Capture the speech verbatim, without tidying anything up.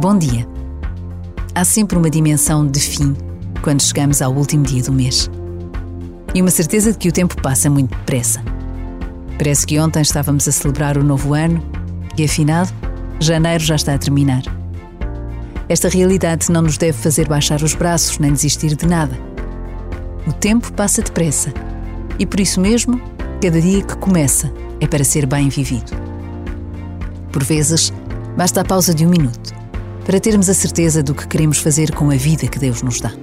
Bom dia. Há sempre uma dimensão de fim quando chegamos ao último dia do mês. E uma certeza de que o tempo passa muito depressa. Parece que ontem estávamos a celebrar o novo ano e, afinal, janeiro já está a terminar. Esta realidade não nos deve fazer baixar os braços nem desistir de nada. O tempo passa depressa e, por isso mesmo, cada dia que começa é para ser bem vivido. Por vezes, basta a pausa de um minuto para termos a certeza do que queremos fazer com a vida que Deus nos dá.